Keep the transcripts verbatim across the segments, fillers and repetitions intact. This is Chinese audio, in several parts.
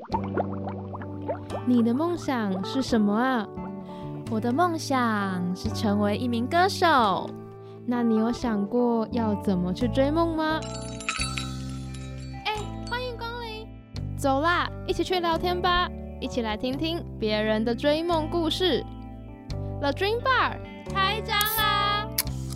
你的梦想是什么啊？ 我的梦想是成为一名歌手。 那你有想过要怎么去追梦吗？哎，欢迎光临！走啦，一起去聊天吧，一起来听听别人的追梦故事。The Dream Bar 开张啦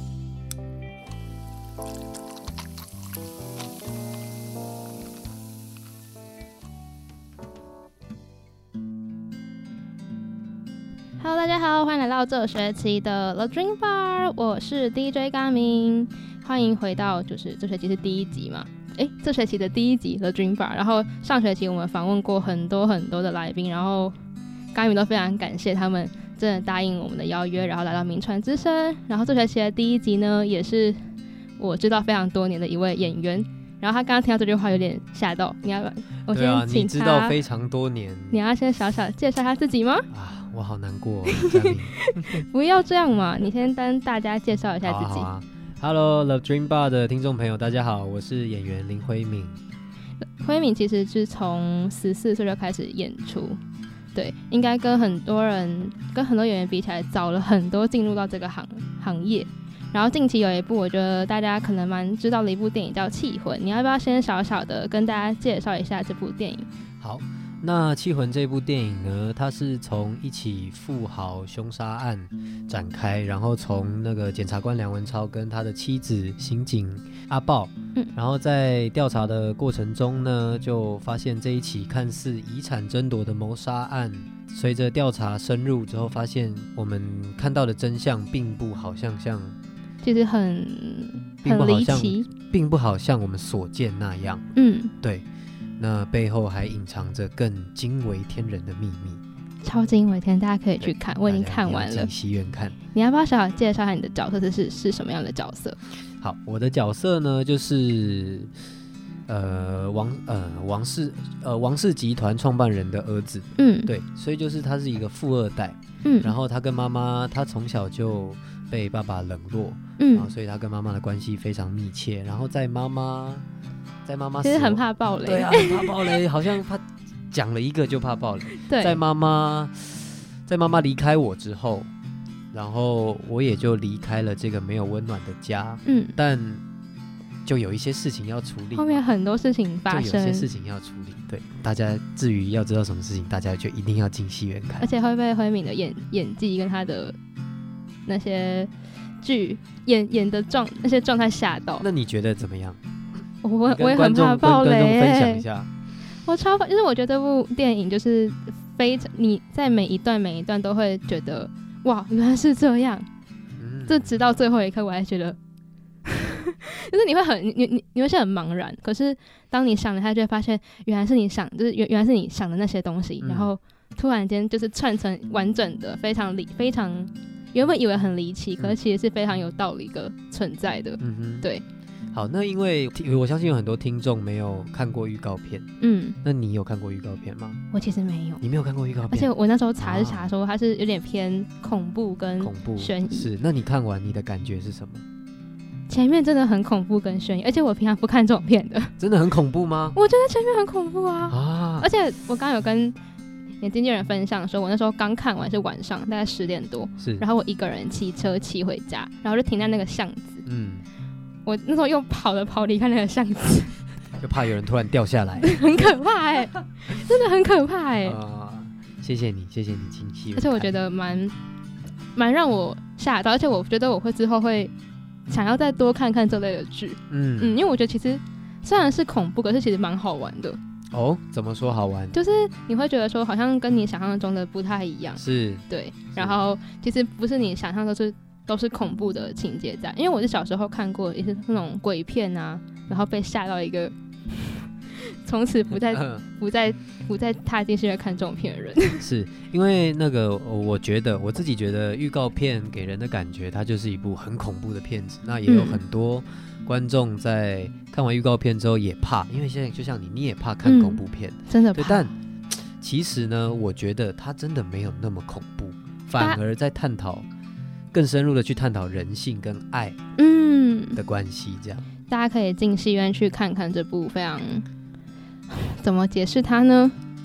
！Hello， 大家好，欢迎来到这学期的 The Dream Bar， 我是 D J 嘎明，欢迎回到就是这学期是第一集嘛，哎，这学期的第一集 The Dream Bar， 然后上学期我们访问过很多很多的来宾，然后嘎明都非常感谢他们真的答应我们的邀约，然后来到名传之声，然后这学期的第一集呢，也是我知道非常多年的一位演员。然后他刚刚听到这句话有点吓到，你要我先请他， 对啊，你知道非常多年， 你要先小小介绍他自己吗？ 啊，我好难过、哦，嘉明不要这样嘛，你先跟大家介绍一下自己。 好啊好啊 Hello The Dream Bar 的听众朋友，大家好，我是演员林辉敏。 辉敏其实是从十四岁就开始演出，对，应该跟很多人跟很多演员比起来，早了很多进入到这个行行业。然后近期有一部我觉得大家可能蛮知道的一部电影叫《气魂》，你要不要先小小的跟大家介绍一下这部电影？ 好，那《气魂》这部电影呢，它是从一起富豪凶杀案展开，然后从那个检察官梁文超跟他的妻子刑警阿豹、嗯、然后在调查的过程中呢，就发现这一起看似遗产争夺的谋杀案，随着调查深入之后，发现我们看到的真相并不好像像其实很很离奇， 并不好像我们所见那样。 嗯， 对，那背后还隐藏着更惊为天人的秘密， 超惊为天，大家可以去看，我已经看完了， 进戏院看。 你要不要小小介绍一下你的角色是是什么样的角色？ 好，我的角色呢就是呃王呃王氏呃王氏集团创办人的儿子。嗯，对，所以就是他是一个富二代。嗯，然后他跟妈妈，他从小就被爸爸冷落，嗯，然后所以他跟妈妈的关系非常密切。然后在妈妈，在妈妈其实很怕爆雷， 对啊，很怕爆雷，好像怕讲了一个就怕爆雷。对，在妈妈，在妈妈离开我之后，然后我也就离开了这个没有温暖的家。嗯，但就有一些事情要处理， 后面很多事情发生， 就有些事情要处理。对，大家至于要知道什么事情，大家就一定要进戏院看。 而且会被辉敏的演演技跟他的那些剧演演的状那些状态吓到。 那你觉得怎么样？ 我我也很怕爆雷、欸， 跟观众分享一下。 我超怕，就是我觉得这部电影就是非常，你在每一段每一段都会觉得哇，原来是这样。嗯，这直到最后一刻，我还觉得。就是你会很你你你会是很茫然，可是当你想了下，就会发现原来是你想，就是原原来是你想的那些东西，嗯、然后突然间就是串成完整的，非常离非常原本以为很离奇，可是其实是非常有道理的存在的。嗯哼，对。 好，那因为我相信有很多听众没有看过预告片，嗯，那你有看过预告片吗？ 我其实没有。 你没有看过预告片？ 而且我那时候查是查说它是有点偏恐怖跟恐怖悬疑。 是，那你看完你的感觉是什么？ 前面真的很恐怖跟悬疑，而且我平常不看这种片的。 真的很恐怖吗？ 我觉得前面很恐怖啊！啊而且我刚刚有跟演经纪人分享说，我那时候刚看完是晚上大概十点多，是，然后我一个人骑车骑回家，然后就停在那个巷子，嗯，我那时候又跑了跑离开那个巷子， 就怕有人突然掉下来， 很可怕哎、欸，真的很可怕哎、欸呃！ 谢谢你，谢谢你亲戚， 而且我觉得蛮蛮让我吓到，而且我觉得我会之后会。想要再多看看这类的剧，嗯嗯，因为我觉得其实虽然是恐怖，可是其实蛮好玩的。 哦，怎么说好玩？ 就是你会觉得说，好像跟你想象中的不太一样， 是， 对。然后其实不是你想象都是都是恐怖的情节在，因为我是小时候看过也是那种鬼片啊，然后被吓到一个。从此不再不再不再踏进戏院看这种片的人， 是因为那个我觉得我自己觉得预告片给人的感觉，它就是一部很恐怖的片子。那也有很多观众在看完预告片之后也怕，因为现在就像你，你也怕看恐怖片，嗯、 真的怕。 但其实呢，我觉得它真的没有那么恐怖，反而在探讨更深入的去探讨人性跟爱嗯的关系，这样。 大家可以进戏院去看看这部非常。怎么解释它呢？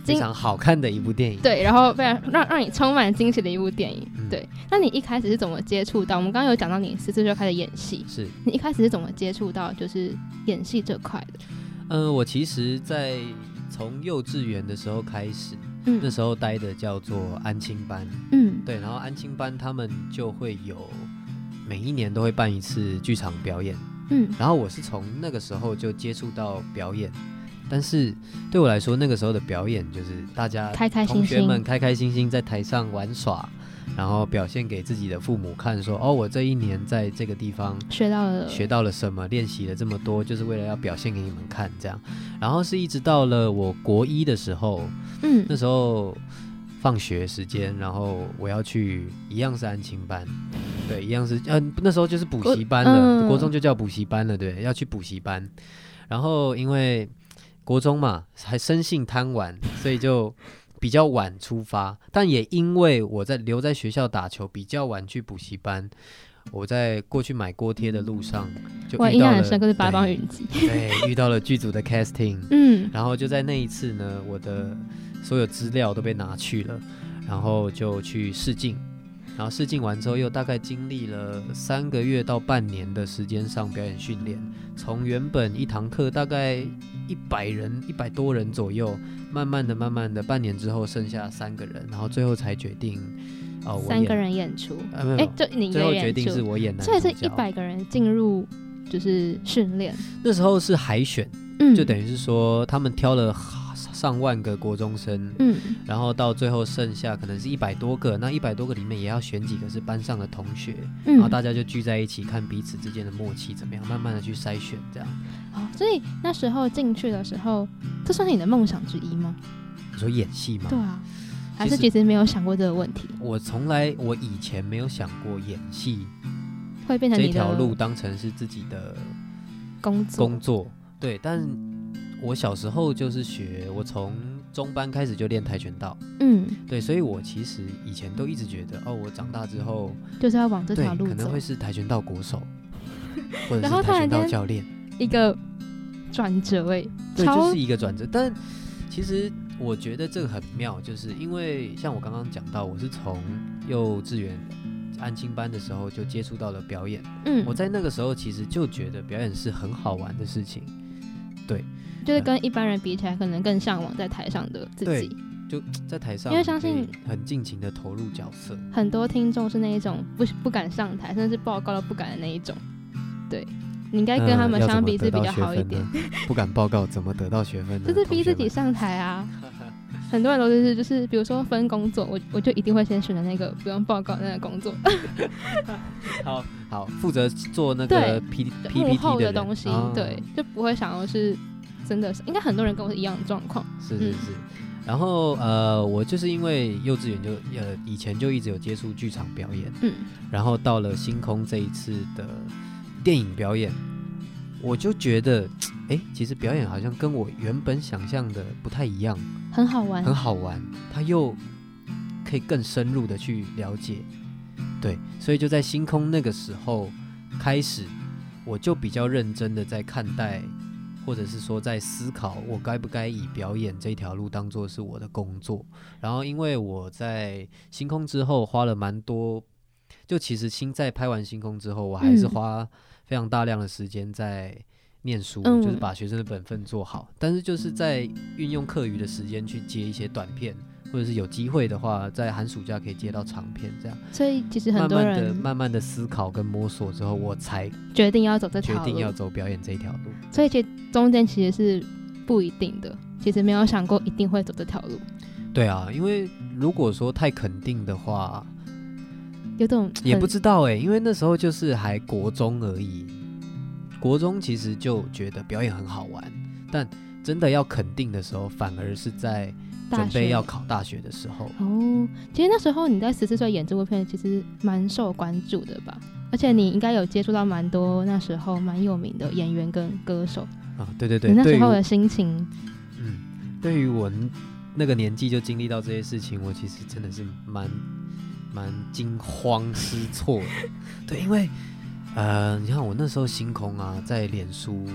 非常好看的一部电影。 对，然后非常让让你充满惊喜的一部电影。嗯、对，那你一开始是怎么接触到？我们刚刚有讲到你十四岁就开始演戏， 是你一开始是怎么接触到就是演戏这块的？ 呃，我其实在从幼稚园的时候开始，嗯、那时候待的叫做安亲班，嗯，对，然后安亲班他们就会有每一年都会办一次剧场表演，嗯，然后我是从那个时候就接触到表演，但是对我来说那个时候的表演就是大家开开心心， 同学们开开心心在台上玩耍。然后表现给自己的父母看说，哦，我这一年在这个地方学到了学到了什么，练习了这么多，就是为了要表现给你们看这样。然后是一直到了我国一的时候，嗯，那时候放学时间，然后我要去一样是安亲班，对，一样是呃那时候就是补习班了，嗯、国中就叫补习班了，对，要去补习班。然后因为国中嘛，还生性贪玩，所以就比较晚出发，但也因为我在留在学校打球，比较晚去补习班，我在过去买锅贴的路上就遇到了， 我印象很深刻是八方云集， 对，遇到了剧组的 casting， 嗯，然后就在那一次呢，我的所有资料都被拿去了，然后就去试镜，然后试镜完之后又大概经历了三个月到半年的时间上表演训练，从原本一堂课大概一百人一百多人左右，慢慢的慢慢的半年之后剩下三个人，然后最后才决定哦， 三个人演出，哎、呃，就你最后决定是我演男主角， 所以是一百个人进入就是训练， 那时候是海选，嗯，就等于是说他们挑了上万个国中生，嗯，然后到最后剩下可能是一百多个，那一百多个里面也要选几个是班上的同学，嗯，然后大家就聚在一起看彼此之间的默契怎么样，慢慢的去筛选这样。 哦，所以那时候进去的时候，这算是你的梦想之一吗？ 你说演戏吗？ 对啊，还是其实没有想过这个问题？ 我从来我以前没有想过演戏会变成你的这条路当成是自己的工作， 工作对，但我小时候就是学，我从中班开始就练跆拳道，嗯，对，所以我其实以前都一直觉得，哦，我长大之后就是要往这条路走， 可能会是跆拳道国手，或者是跆拳道教练， 一个转折哎， 对，就是一个转折。但其实我觉得这个很妙，就是因为像我刚刚讲到，我是从幼稚园安亲班的时候就接触到了表演，嗯，我在那个时候其实就觉得表演是很好玩的事情，对。 就是跟一般人比起来，可能更向往在台上的自己。 就在台上， 因为相信很尽情的投入角色。 很多听众是那一种不不敢上台，甚至报告都不敢的那一种。对，你应该跟他们相比是比较好一点。 呃、不敢报告怎么得到学分呢？ 就是逼自己上台啊。很多人都是就是比如说分工作，我我就一定会先选的那个不用报告那个工作。 好好，负责做那个 P P P T 幕后的东西，哦、对，就不会想要是。真的是，应该很多人跟我是一样的状况。 是是是，嗯、然后呃，我就是因为幼稚园就呃以前就一直有接触剧场表演，嗯，然后到了星空这一次的电影表演，我就觉得，哎，其实表演好像跟我原本想象的不太一样， 很好玩， 很好玩，它又可以更深入的去了解，对，所以就在星空那个时候开始，我就比较认真的在看待。或者是说在思考我该不该以表演这条路当作是我的工作，然后因为我在星空之后花了蛮多，就其实新在拍完星空之后，我还是花非常大量的时间在念书，嗯、就是把学生的本分做好，但是就是在运用课余的时间去接一些短片，或者是有机会的话，在寒暑假可以接到长片这样。 所以其实很多人慢慢的、慢慢的思考跟摸索之后，我才决定要走这条路， 决定要走表演这一条路。 所以其实中间其实是不一定的，其实没有想过一定会走这条路。 对啊，因为如果说太肯定的话， 有种也不知道哎、欸，因为那时候就是还国中而已，国中其实就觉得表演很好玩，但真的要肯定的时候，反而是在准备要考大学的时候。 哦，其实那时候你在十四岁演这部片，其实蛮受关注的吧？而且你应该有接触到蛮多那时候蛮有名的演员跟歌手啊，对对对， 你那时候的心情， 嗯，对于我那个年纪就经历到这些事情，我其实真的是蛮蛮惊慌失措的。对，因为呃，你看我那时候星空啊，在脸书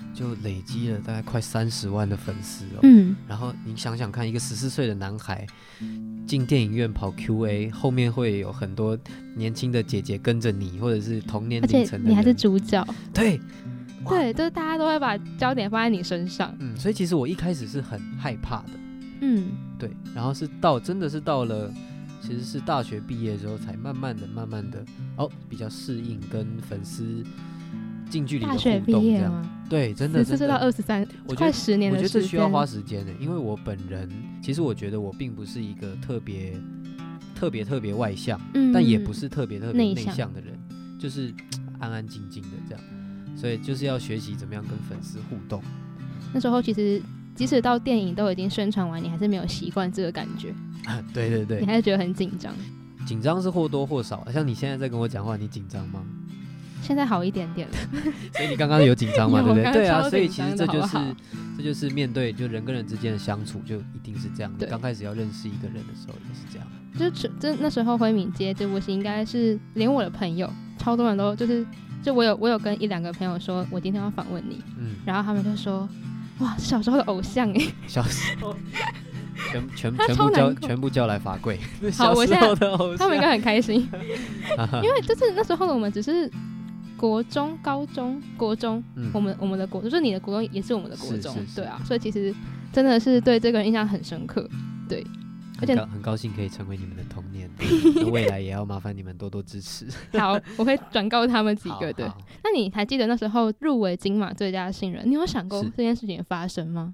就累积了大概快三十万的粉丝哦。 嗯， 然后你想想看，一个十四岁的男孩进电影院跑 Q A， 后面会有很多年轻的姐姐跟着你，或者是同年龄层的人， 而且你还是主角， 对对，就是大家都会把焦点放在你身上。 嗯，所以其实我一开始是很害怕的， 嗯， 对，然后是到真的是到了。其实是大学毕业之后，才慢慢的、慢慢的哦，比较适应跟粉丝近距离的互动。这样，大学毕业吗？对，真的， 十四岁到二十三，快十年的时间。 我觉得这需要花时间的，因为我本人其实我觉得我并不是一个特别、特别、特别外向，嗯、但也不是特别特别内向的人，就是安安静静的这样。所以就是要学习怎么样跟粉丝互动。 那时候其实。即使到电影都已经宣传完，你还是没有习惯这个感觉。 啊，对对对， 你还是觉得很紧张。 紧张是或多或少，像你现在在跟我讲话，你紧张吗？ 现在好一点点了。 所以你刚刚有紧张吗？对不对？对啊，所以其实这就是好好这就是面对就人跟人之间的相处，就一定是这样。你刚开始要认识一个人的时候也是这样。 就这那时候灰敏街这部戏，应该是连我的朋友超多人都就是，就我有我有跟一两个朋友说，我今天要访问你，嗯，然后他们就说。哇，小时候的偶像哎！ 小时候，全全全部叫全部叫来罚跪。 好，我现在他们应该很开心，因为就是那时候的我们只是国中、高中、国中，嗯、我们我们的国就是你的国中也是我们的国中， 是是是对啊，所以其实真的是对这个人印象很深刻，对。 而且 很, 很高兴可以成为你们的童年，未来也要麻烦你们多多支持。 好，我会转告他们几个的。那你还记得那时候入围金马最佳新人，你有想过这件事情发生吗？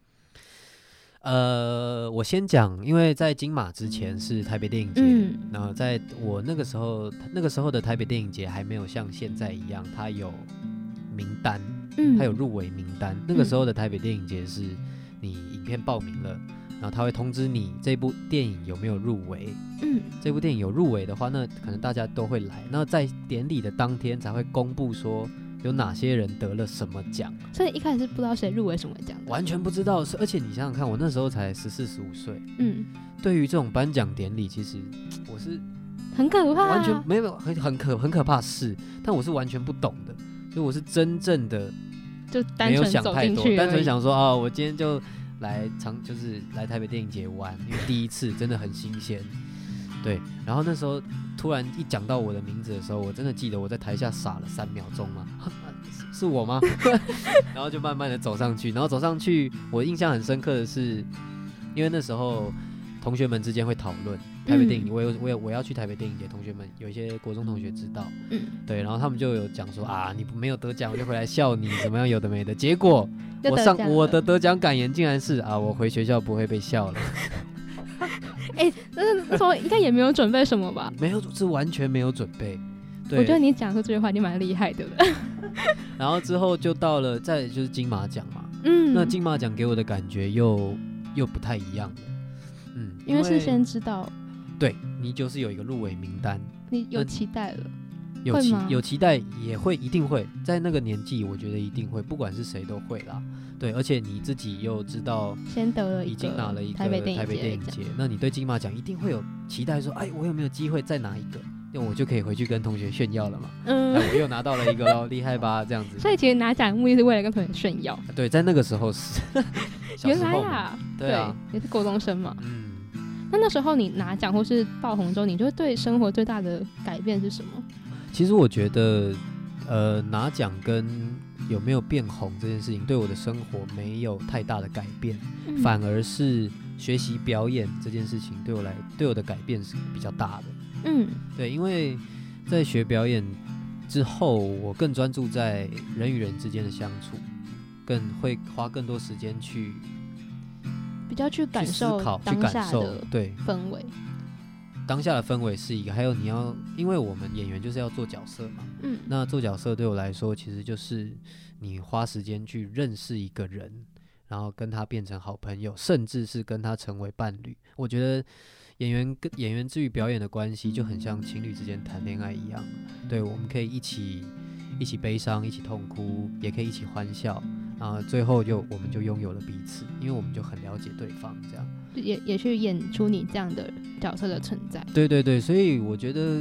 呃，我先讲，因为在金马之前是台北电影节，嗯，然后在我那个时候，那个时候的台北电影节还没有像现在一样，它有名单，嗯，它有入围名单。那个时候的台北电影节是你影片报名了。然后他会通知你这部电影有没有入围，嗯，这部电影有入围的话，那可能大家都会来。那在典礼的当天才会公布说有哪些人得了什么奖。 所以一开始是不知道谁入围什么奖， 完全不知道。而且你想想看，我那时候才十四、十五岁，嗯，对于这种颁奖典礼，其实我是很可怕、啊， 完全没有很很可很可怕是，但我是完全不懂的，所以我是真正的就单纯走进去， 单纯想说哦，我今天就。来常就是来台北电影节玩，因为第一次真的很新鲜，对。然后那时候突然一讲到我的名字的时候，我真的记得我在台下傻了三秒钟嘛，是, 是我吗？然后就慢慢的走上去，然后走上去，我印象很深刻的是，因为那时候同学们之间会讨论台北电影，嗯、我有我有我要去台北电影节，同学们有一些国中同学知道，嗯，对，然后他们就有讲说啊，你没有得奖，我就回来笑你怎么样，有的没的，结果。我上我的得奖感言竟然是啊，我回学校不会被笑了。 哎、欸，那那时候应该也没有准备什么吧？ 没有，是完全没有准备。对， 我觉得你讲出这句话已经蛮厉害的了。 然后之后就到了，再就是金马奖嘛。嗯，那金马奖给我的感觉又又不太一样了。嗯， 因为是先知道， 对你就是有一个入围名单， 你有期待了。 有期有期待也会一定会在那个年纪，我觉得一定会，不管是谁都会啦。对，而且你自己又知道， 先得了一个已经拿了一个台北电影节，那你对金马奖一定会有期待说，哎，我有没有机会再拿一个？因为我就可以回去跟同学炫耀了嘛。嗯，哎、我又拿到了一个咯，厉害吧？这样子。 所以其实拿奖的目的是为了跟同学炫耀。 对，在那个时候是。 原来啊， 对啊， 也是国中生嘛。嗯。那那时候你拿奖或是爆红之后，你就对生活最大的改变是什么？ 其实我觉得，呃，拿奖跟有没有变红这件事情，对我的生活没有太大的改变，嗯、反而是学习表演这件事情对我来对我的改变是比较大的。嗯，对，因为在学表演之后，我更专注在人与人之间的相处，更会花更多时间去比较去感受当下的氛围。 当下的氛围是一个，还有你要，因为我们演员就是要做角色嘛，嗯，那做角色对我来说，其实就是你花时间去认识一个人，然后跟他变成好朋友，甚至是跟他成为伴侣。我觉得演员跟演员之于表演的关系，就很像情侣之间谈恋爱一样，对，我们可以一起一起悲伤，一起痛哭，也可以一起欢笑，然后最后就我们就拥有了彼此，因为我们就很了解对方，这样。 也也去演出你这样的角色的存在。 对对对，所以我觉得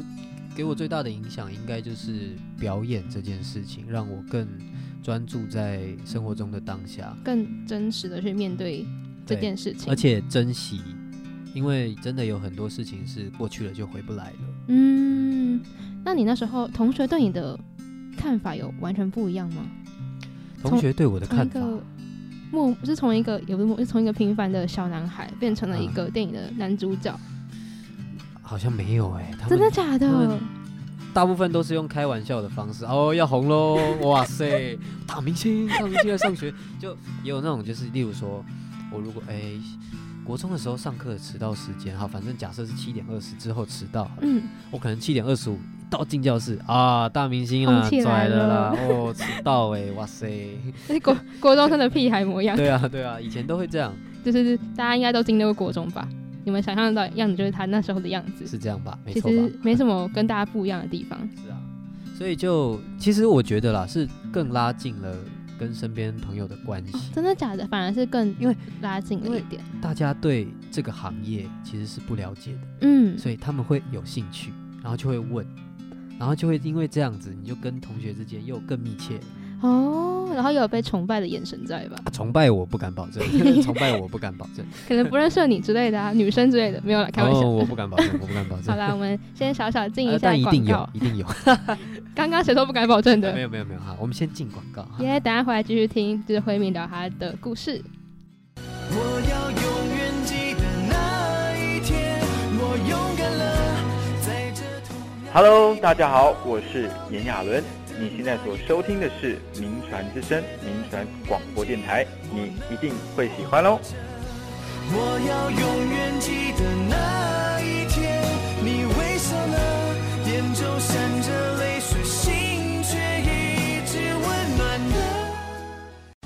给我最大的影响应该就是表演这件事情，让我更专注在生活中的当下， 更真实的去面对这件事情， 而且珍惜，因为真的有很多事情是过去了就回不来了。 嗯，那你那时候同学对你的看法有完全不一样吗？ 同学对我的看法， 默是从一个也不是是从一个平凡的小男孩变成了一个电影的男主角， 嗯、好像没有哎、欸， 真的假的？ 大部分都是用开玩笑的方式，哦，要红喽，哇塞，大明星，大明星来上学，就也有那种就是，例如说，我如果哎、欸，国中的时候上课迟到时间，好，反正假设是七点二十之后迟到，嗯，我可能七点二十五到进教室啊，大明星啊， 来了啦，哦，迟到哎、欸，哇塞， 国国中生的屁孩模样， 对啊对啊，以前都会这样， 就是大家应该都经历过国中吧？你们想象到的样子就是他那时候的样子， 是这样吧？没错吧？ 其实没什么跟大家不一样的地方。 是啊，所以就其实我觉得啦，是更拉近了跟身边朋友的关系、哦。 真的假的？反而是更因为拉近了一点。 大家对这个行业其实是不了解的， 嗯， 所以他们会有兴趣，然后就会问，然后就会因为这样子，你就跟同学之间又更密切哦，然后又有被崇拜的眼神在吧？ 啊、崇拜我不敢保证，崇拜我不敢保证， 可能不认识你之类的啊，女生之类的没有啦，开玩笑、 哦，我不敢保证，我不敢保证。 好啦，我们先小小进一下广告、 呃、但一定有，一定有。 刚刚谁都不敢保证的， 呃、没有没有没有哈，我们先进广告。 耶、yeah, ，等一下回来继续听，就是慧敏聊她的故事。 我要永远记得那一天，我勇敢了，在这同样。 Hello， 大家好，我是炎亚纶。你现在所收听的是名传之声名传广播电台，你一定会喜欢哦。 我要永远记得那一天，你微笑了，眼中闪着泪水，心却一直温暖的。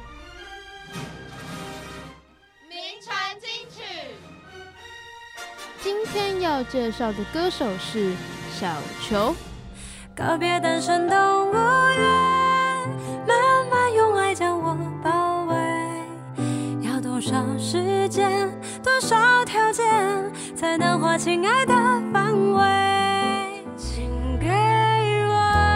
名传金曲， 今天要介绍的歌手是小球。 告别单身动物园，慢慢用爱将我包围。要多少时间，多少条件，才能画亲爱的范围？请给我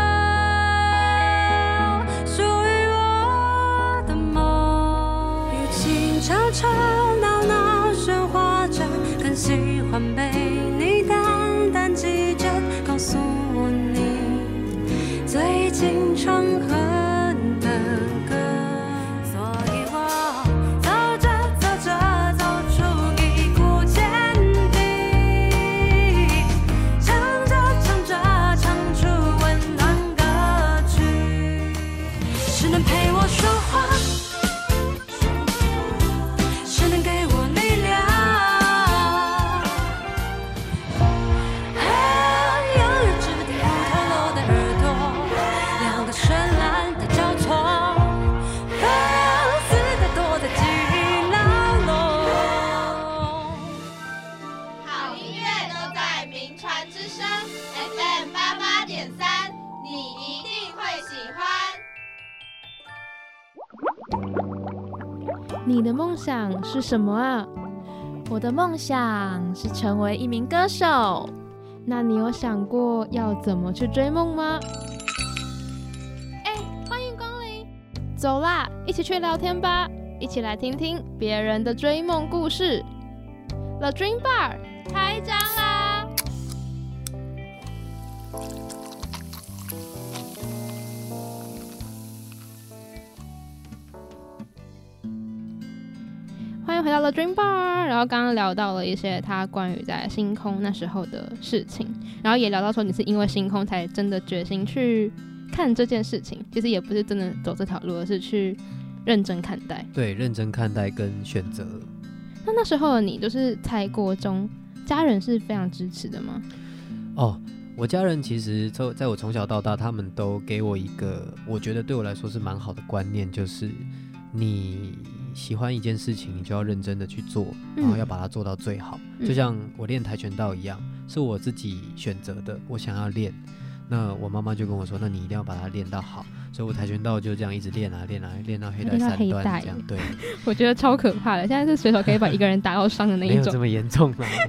属于我的梦。与其吵吵闹闹喧哗着，更喜欢被你淡淡记着，告诉我你最近常哼的歌，所以我走着走着走出一股坚定，唱着唱着唱出温暖歌曲，是能陪我说话，是能给我力量，永远只听不透露的耳朵，两个绚烂的交错，放肆的躲在记忆牢笼。 好音乐都在名传之声 F M 八八点三，你一定会喜欢。 你的梦想是什么啊？ 我的梦想是成为一名歌手。 那你有想过要怎么去追梦吗？哎，欢迎光临！走啦，一起去聊天吧，一起来听听别人的追梦故事。The Dream Bar 开张啦！欢迎回到了 Dream Bar， 然后刚刚聊到了一些他关于在星空那时候的事情，然后也聊到说你是因为星空才真的决心去看这件事情，其实也不是真的走这条路，而是去认真看待。 对，认真看待跟选择。 那那时候的你就是在国中，家人是非常支持的吗？ 哦，我家人其实在我从小到大，他们都给我一个我觉得对我来说是蛮好的观念，就是你喜欢一件事情，你就要认真的去做，然后要把它做到最好。嗯、就像我练跆拳道一样，是我自己选择的，我想要练。那我妈妈就跟我说，那你一定要把它练到好。所以我跆拳道就这样一直练啊练啊练到黑带三段这样。对， 我觉得超可怕的，现在是随手可以把一个人打到伤的那一种。 没有这么严重啊。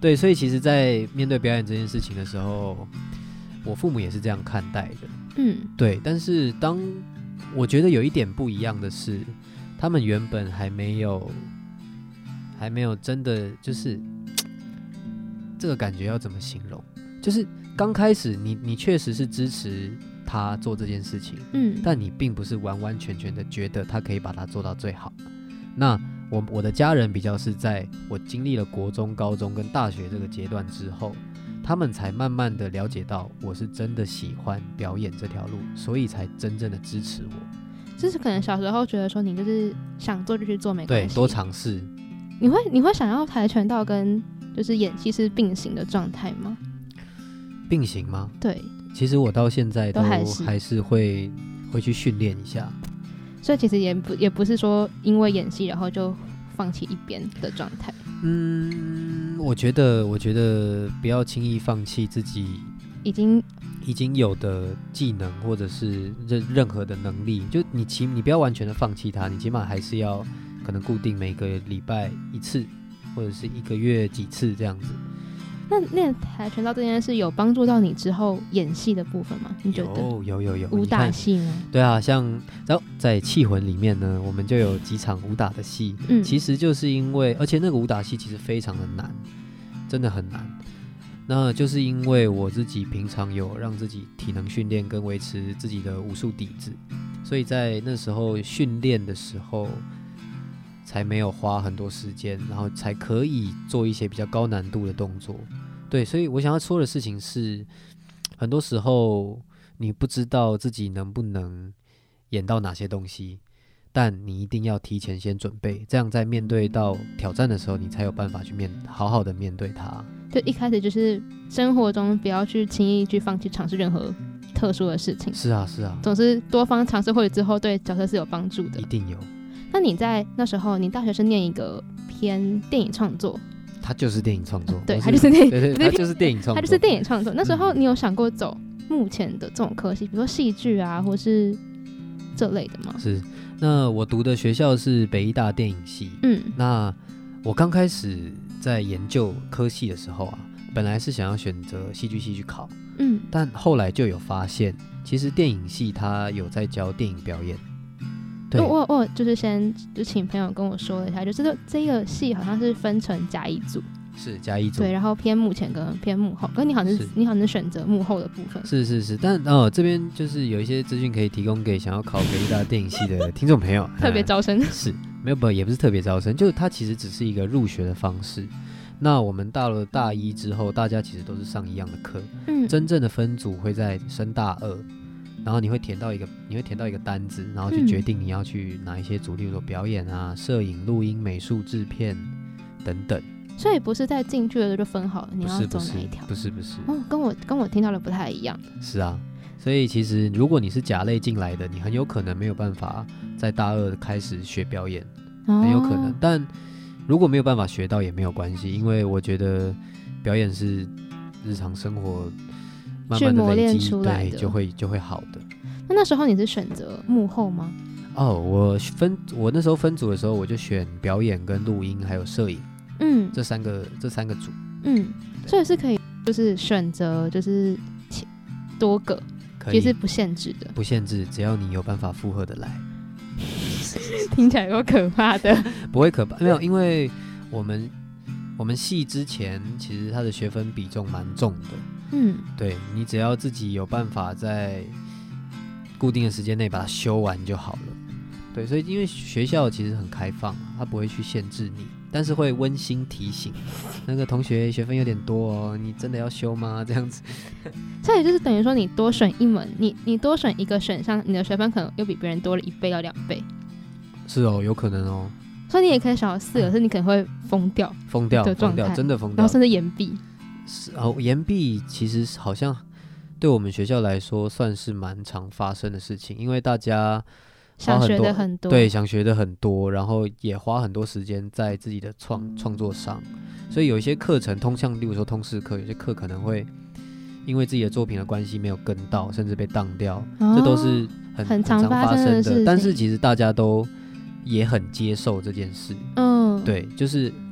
对，所以其实在面对表演这件事情的时候，我父母也是这样看待的。 嗯， 对，但是当我觉得有一点不一样的是，他们原本还没有还没有真的就是这个感觉要怎么形容，就是刚开始你你确实是支持他做这件事情， 嗯， 但你并不是完完全全的觉得他可以把它做到最好。那我我的家人比较是在我经历了国中、高中跟大学这个阶段之后，他们才慢慢的了解到我是真的喜欢表演这条路，所以才真正的支持我。 就是可能小时候觉得说你就是想做就去做没关系， 对，多尝试。 你会你会想要跆拳道跟就是演戏是并行的状态吗？ 并行吗？ 对， 其实我到现在都都还是还是会会去训练一下。 所以其实也不也不是说因为演戏然后就放弃一边的状态。 嗯，我觉得我觉得不要轻易放弃自己已经已经有的技能或者是任任何的能力，就你起你不要完全的放弃它，你起码还是要可能固定每个礼拜一次或者是一个月几次这样子。 那练跆拳道这件事有帮助到你之后演戏的部分吗？你觉得？ 有有有有武打戏吗？ 对啊，像在在气魂里面呢，我们就有几场武打的戏， 嗯， 其实就是因为，而且那个武打戏其实非常的难，真的很难。那就是因为我自己平常有让自己体能训练跟维持自己的武术底子，所以在那时候训练的时候才没有花很多时间，然后才可以做一些比较高难度的动作。对，所以我想要说的事情是，很多时候你不知道自己能不能演到哪些东西，但你一定要提前先准备，这样在面对到挑战的时候，你才有办法去面好好的面对它。 就一开始就是生活中不要去轻易去放弃尝试任何特殊的事情。 是啊是啊， 总是多方尝试或者之后对角色是有帮助的。 一定有。 那你在那时候，你大学是念一个偏电影创作？ 它就是电影创作， 对，它就是电影， 对对，它就是电影创作， 它就是电影创作。那时候你有想过走目前的这种科系，比如说戏剧啊，或是这类的吗？ 是。那我读的学校是北医大电影系， 嗯， 那我刚开始在研究科系的时候啊，本来是想要选择戏剧系去考， 嗯， 但后来就有发现，其实电影系它有在教电影表演。对， 我我就是先就请朋友跟我说了一下，就是这这个系好像是分成甲乙组， 是甲乙组， 对，然后偏幕前跟偏幕后，可你好像是你好像选择幕后的部分， 是是是，但哦这边就是有一些资讯可以提供给想要考北医大电影系的听众朋友， 特别招生、 嗯、是没有不也不是特别招生，就是它其实只是一个入学的方式。那我们到了大一之后，大家其实都是上一样的课， 嗯， 真正的分组会在升大二。然后你会填到一个，你会填到一个单子，然后去决定你要去哪一些组，例如说表演啊、摄影、录音、美术、制片等等。 所以不是在进去的时候就分好了，你要走哪一条？ 不是不是。 哦，跟我跟我听到的不太一样。 是啊，所以其实如果你是甲类进来的，你很有可能没有办法在大二开始学表演， 哦、 很有可能。但如果没有办法学到也没有关系，因为我觉得表演是日常生活。慢慢的累积出来的，对，就会就会好的。 那那时候你是选择幕后吗？ 哦，我分我那时候分组的时候，我就选表演跟录音还有摄影， 嗯， 这三个这三个组， 嗯，所以是可以就是选择就是多个，其实不限制的， 不限制，只要你有办法负荷的来。 听起来有可怕的， 不会可怕，没有，因为我们我们系之前其实它的学分比重蛮重的。 嗯， 对，你只要自己有办法在固定的时间内把它修完就好了。对，所以因为学校其实很开放，它不会去限制你，但是会温馨提醒那个同学学分有点多哦，你真的要修吗？这样子。 所以就是等于说你多选一门，你你多选一个选项，你的学分可能又比别人多了一倍到两倍。 是哦，有可能哦。 所以你也可以想到四个，可是你可能会疯掉， 疯掉，疯掉，真的疯掉， 然后甚至延毕。 是哦，延毕其实好像对我们学校来说算是蛮常发生的事情，因为大家想学的很多， 对，想学的很多，然后也花很多时间在自己的创创作上，所以有一些课程通像例如说通识课，有些课可能会因为自己的作品的关系没有跟到，甚至被当掉，哦、这都是很很常发生的事情。 但是其实大家都也很接受这件事， 嗯， 对，就是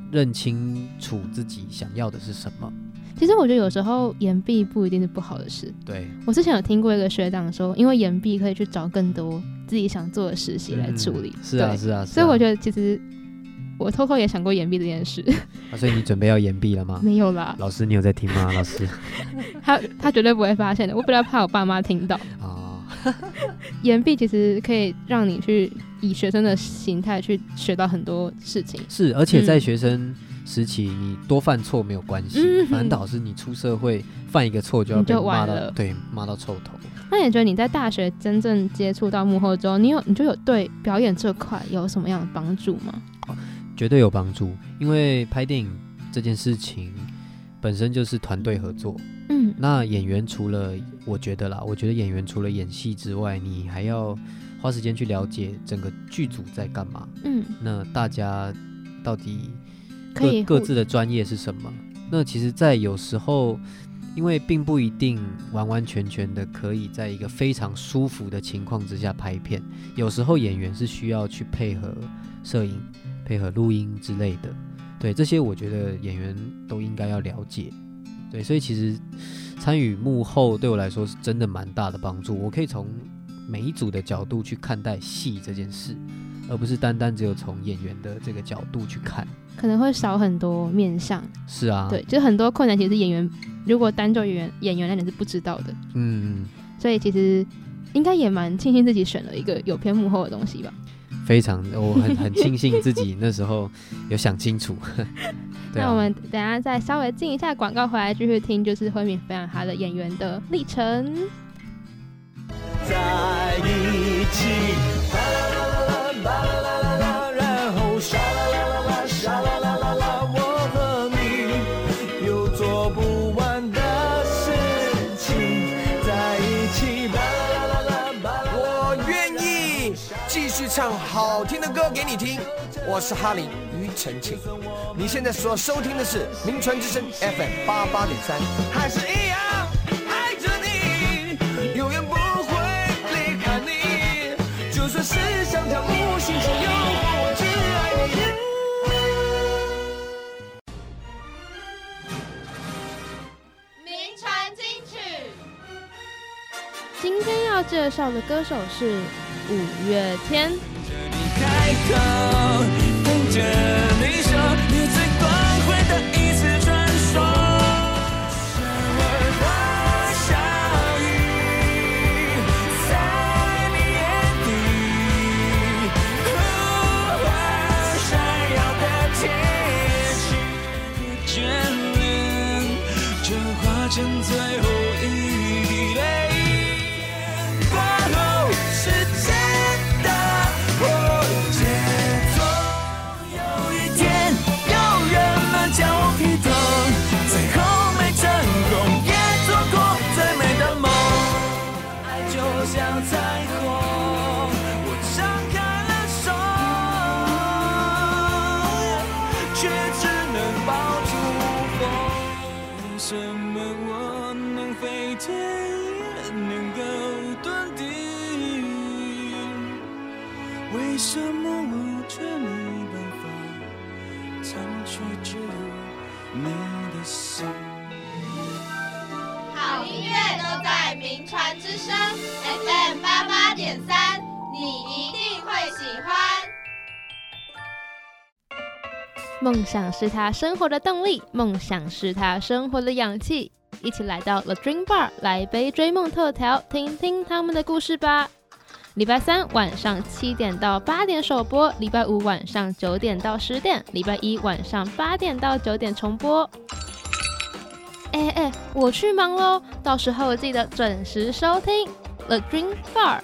认清楚自己想要的是什么。 其实我觉得有时候延毕不一定是不好的事。 对， 我之前有听过一个学长说，因为延毕可以去找更多自己想做的实习来处理。 嗯、是啊，是啊，是啊。 所以我觉得其实我偷偷也想过延毕这件事。 啊、所以你准备要延毕了吗？ 没有啦。 老师，你有在听吗？老师， 他他绝对不会发现的。我比较怕我爸妈听到。哦。延毕其实可以让你去以学生的心态去学到很多事情。 是，而且在学生时期，你多犯错没有关系， 嗯、 反倒是你出社会犯一个错就要被骂到，对，骂到臭头。 那你觉得你在大学真正接触到幕后之后，你有你就有对表演这块有什么样的帮助吗？ 哦，绝对有帮助，因为拍电影这件事情本身就是团队合作。嗯，那演员除了我觉得啦，我觉得演员除了演戏之外，你还要花时间去了解整个剧组在干嘛。嗯，那大家到底各各自的专业是什么？那其实，在有时候，因为并不一定完完全全的可以在一个非常舒服的情况之下拍片，有时候演员是需要去配合摄影、配合录音之类的。对，这些我觉得演员都应该要了解。对，所以其实参与幕后对我来说是真的蛮大的帮助。我可以从每一组的角度去看待戏这件事，而不是单单只有从演员的这个角度去看， 可能会少很多面向。 是啊， 对，就很多困难其实演员如果单就演员演员那点是不知道的。嗯，所以其实应该也蛮庆幸自己选了一个有偏幕后的东西吧。 非常，我很很庆幸自己那时候有想清楚。 对啊，那我们等一下再稍微进一下广告，回来继续听，就是慧敏分享她的演员的历程。 在一起，巴啦啦啦啦，巴啦啦啦啦，然后沙啦啦啦啦，沙啦啦啦啦，我和你有做不完的事情，在一起，巴啦啦啦啦，我愿意继续唱好听的歌给你听。我是哈林庾澄庆，你现在所收听的是名传之声 F M 八八点三，还是一样爱着你，永远不会离开你，就算是像条无形之诱惑，我只爱你。 名传金曲， 今天要介绍的歌手是五月天。 开口跟着你说，你最光辉的一次传说，什么花笑语在你眼底，闪耀的天气，眷恋就化成最后一滴泪，过后是真的叫我劈头，最后没成功，也做过最美的梦。爱就像彩虹，我张开了手，却只能抱住风。为什么我能飞天，能够遁地？为什么我却没办法藏去只有你的心？ 好音乐都在名传之声 F M 八八点三，你一定会喜欢。 梦想是他生活的动力，梦想是他生活的氧气。一起来到 The Dream Bar， 来杯追梦特调，听听他们的故事吧。礼拜三晚上七点到八点首播，礼拜五晚上九点到十点，礼拜一晚上八点到九点重播。哎哎，我去忙咯，到时候记得准时收听 The Dream Bar。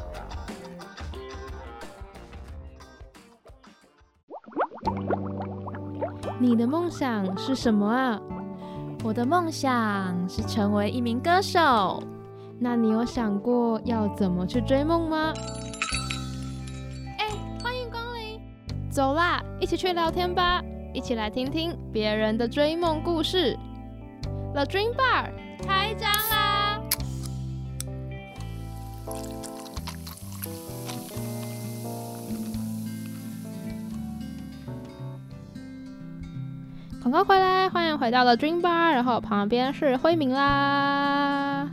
你的梦想是什么啊？ 我的梦想是成为一名歌手。 那你有想过要怎么去追梦吗？哎，欢迎光临！走啦，一起去聊天吧，一起来听听别人的追梦故事。The Dream Bar 开张啦！ 广告回来，欢迎回到了 Dream Bar， 然后旁边是辉明啦。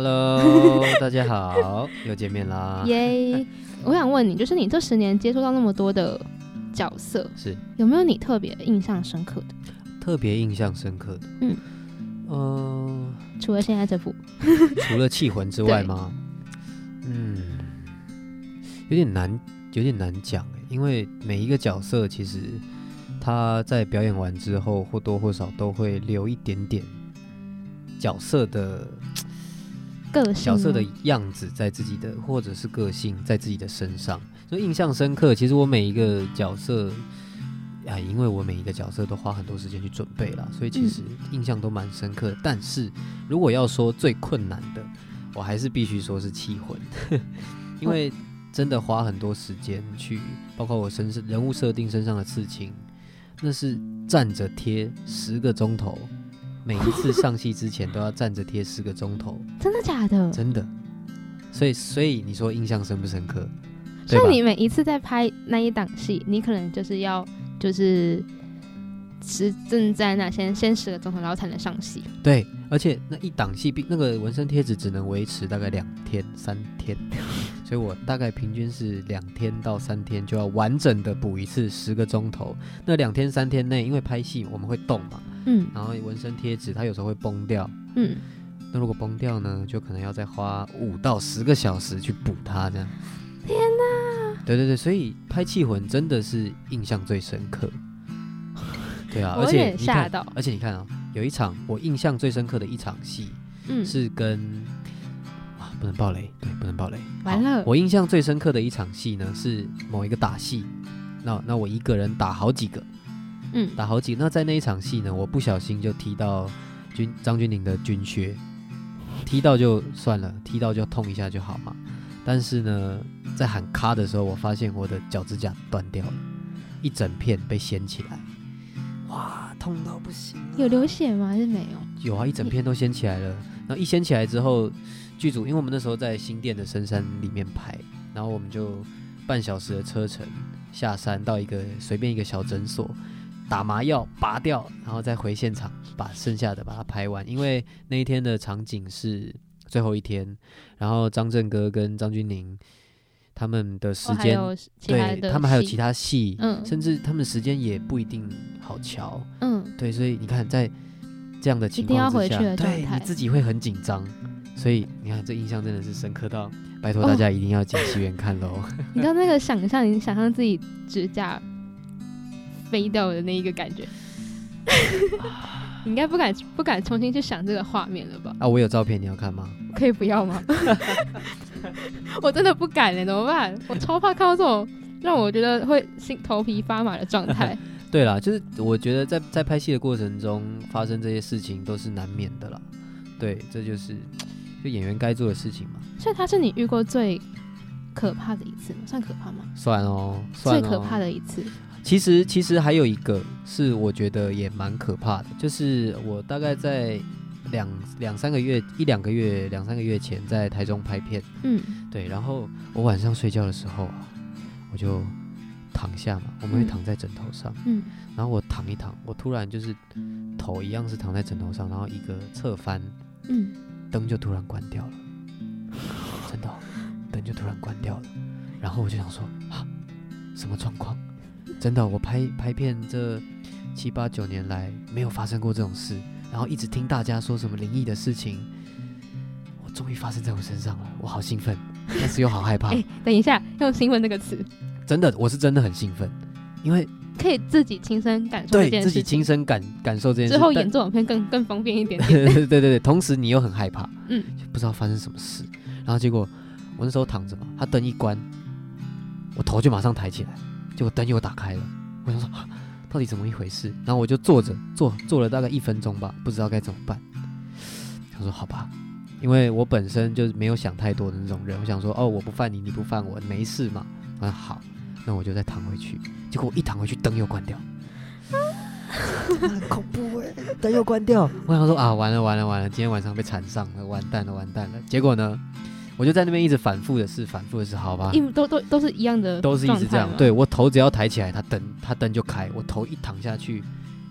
Hello， 大家好，又见面啦。 耶！我想问你，就是你这十年接触到那么多的角色， 是有没有你特别印象深刻的？ 特别印象深刻的， 嗯， 呃， 除了现在这部， 除了气魂之外吗？嗯，有点难，有点难讲哎，因为每一个角色其实他在表演完之后，或多或少都会留一点点角色的个性， 角色的样子在自己的，或者是个性在自己的身上，所以印象深刻。其实我每一个角色。啊，因为我每一个角色都花很多时间去准备啦，所以其实印象都蛮深刻的。嗯、但是如果要说最困难的，我还是必须说是气魂，因为真的花很多时间去，包括我身上人物设定身上的刺青，那是站着贴十个钟头，每一次上戏之前都要站着贴十个钟头， 真的假的？ 真的。所以，所以你说印象深不深刻？ 所以你每一次在拍那一档戏，你可能就是要。就是是正在那先先十个钟头，然后才能上戏。 对，而且那一档戏那个纹身贴纸只能维持大概两天三天，所以我大概平均是两天到三天就要完整的补一次十个钟头。那两天三天内，因为拍戏我们会动嘛，嗯，然后纹身贴纸它有时候会崩掉，嗯，那如果崩掉呢，就可能要再花五到十个小时去补它，这样。 天哪！ 对对对，所以拍气魂真的是印象最深刻。对啊， 我有点吓到。 而且你看啊、哦，有一场我印象最深刻的一场戏，嗯，是跟啊不能爆雷，对，不能爆雷。 完了， 我印象最深刻的一场戏呢，是某一个打戏，那那我一个人打好几个，嗯，打好几个。那在那一场戏呢，我不小心就踢到军张钧甯的军靴，踢到就算了，踢到就痛一下就好嘛。但是呢，在喊咔的时候，我发现我的脚趾甲断掉了，一整片被掀起来，哇，痛到不行、啊。 有流血吗？还是没有？ 有啊，一整片都掀起来了。然后一掀起来之后，剧组因为我们那时候在新店的深山里面拍，然后我们就半小时的车程下山到一个随便一个小诊所，打麻药拔掉，然后再回现场把剩下的把它拍完。因为那一天的场景是最后一天，然后张震哥跟张钧甯他们的时间、 哦、 对他们还有其他戏、嗯，甚至他们时间也不一定好瞧，嗯，对，所以你看在这样的情况之下， 一定要回去的状态， 对你自己会很紧张，所以你看这印象真的是深刻到，拜托大家一定要进戏院看咯、哦、 你刚那个想象，你想象自己指甲飞掉的那一个感觉。你应该不敢不敢重新去想这个画面了吧？ 啊，我有照片，你要看吗？ 可以不要吗？我真的不敢嘞，怎么办？我超怕看到这种让我觉得会心头皮发麻的状态。 对啦，就是我觉得在在拍戏的过程中发生这些事情都是难免的啦。对，这就是就演员该做的事情嘛。 所以他是你遇过最可怕的一次吗？算可怕吗？ 算哦，算哦， 最可怕的一次。 其实其实还有一个是我觉得也蛮可怕的，就是我大概在两两三个月一两个月两三个月前在台中拍片，嗯，对，然后我晚上睡觉的时候啊，我就躺下嘛，我们会躺在枕头上，嗯，然后我躺一躺，我突然就是头一样是躺在枕头上，然后一个侧翻，嗯，灯就突然关掉了，真的、哦，灯就突然关掉了，然后我就想说啊，什么状况？真的，我拍拍片这七八九年来没有发生过这种事，然后一直听大家说什么灵异的事情，我终于发生在我身上了，我好兴奋，但是又好害怕。哎、 欸，等一下，用兴奋这个词， 真的，我是真的很兴奋，因为可以自己亲身感受这件事情， 对自己亲身感感受这件事， 之后演这种片更更方便一点点。 对对对对，同时你又很害怕，嗯，就不知道发生什么事，然后结果我那时候躺着嘛，他灯一关，我头就马上抬起来。结果灯又打开了，我想说、啊、到底怎么一回事？然后我就坐着坐坐了大概一分钟吧，不知道该怎么办。他说好吧，因为我本身就是没有想太多的那种人，我想说哦，我不犯你，你不犯我，没事嘛。我说好，那我就再躺回去。结果我一躺回去，灯又关掉，真的很恐怖哎，灯又关掉。我想说啊，完了完了完了，今天晚上被缠上了，完蛋了完蛋了。结果呢？我就在那边一直反复的试，反复的试，好吧， 都都都是一样的， 都是一直这样。对，我头只要抬起来，它灯它灯就开，我头一躺下去，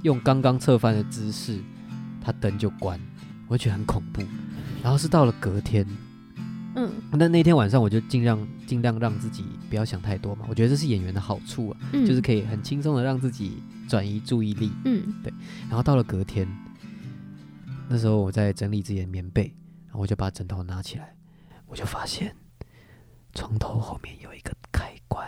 用刚刚侧翻的姿势，他灯就关，我就觉得很恐怖。然后是到了隔天， 嗯， 那那天晚上我就尽量尽量让自己不要想太多嘛，我觉得这是演员的好处啊， 嗯就是可以很轻松的让自己转移注意力。 嗯， 对。然后到了隔天，那时候我在整理自己的棉被，然后我就把枕头拿起来，我就发现床头后面有一个开关。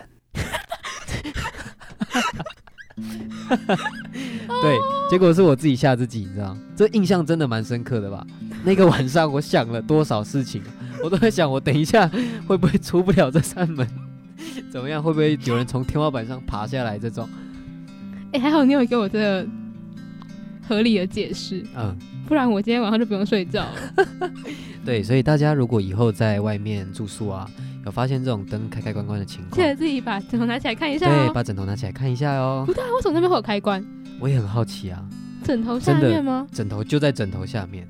对，结果是我自己吓自己，你知道，这印象真的蛮深刻的吧？那个晚上我想了多少事情，我都在想，我等一下会不会出不了这扇门？怎么样？会不会有人从天花板上爬下来？这种， 哎、欸，还好你有给我这个合理的解释， 嗯， 不然我今天晚上就不用睡觉了。 对，所以大家如果以后在外面住宿啊，有发现这种灯开开关关的情况， 记得自己把枕头拿起来看一下哦。 对，把枕头拿起来看一下哦。 不对啊，为什么那边会有开关？ 我也很好奇啊。 枕头下面吗？ 枕头就在枕头下面。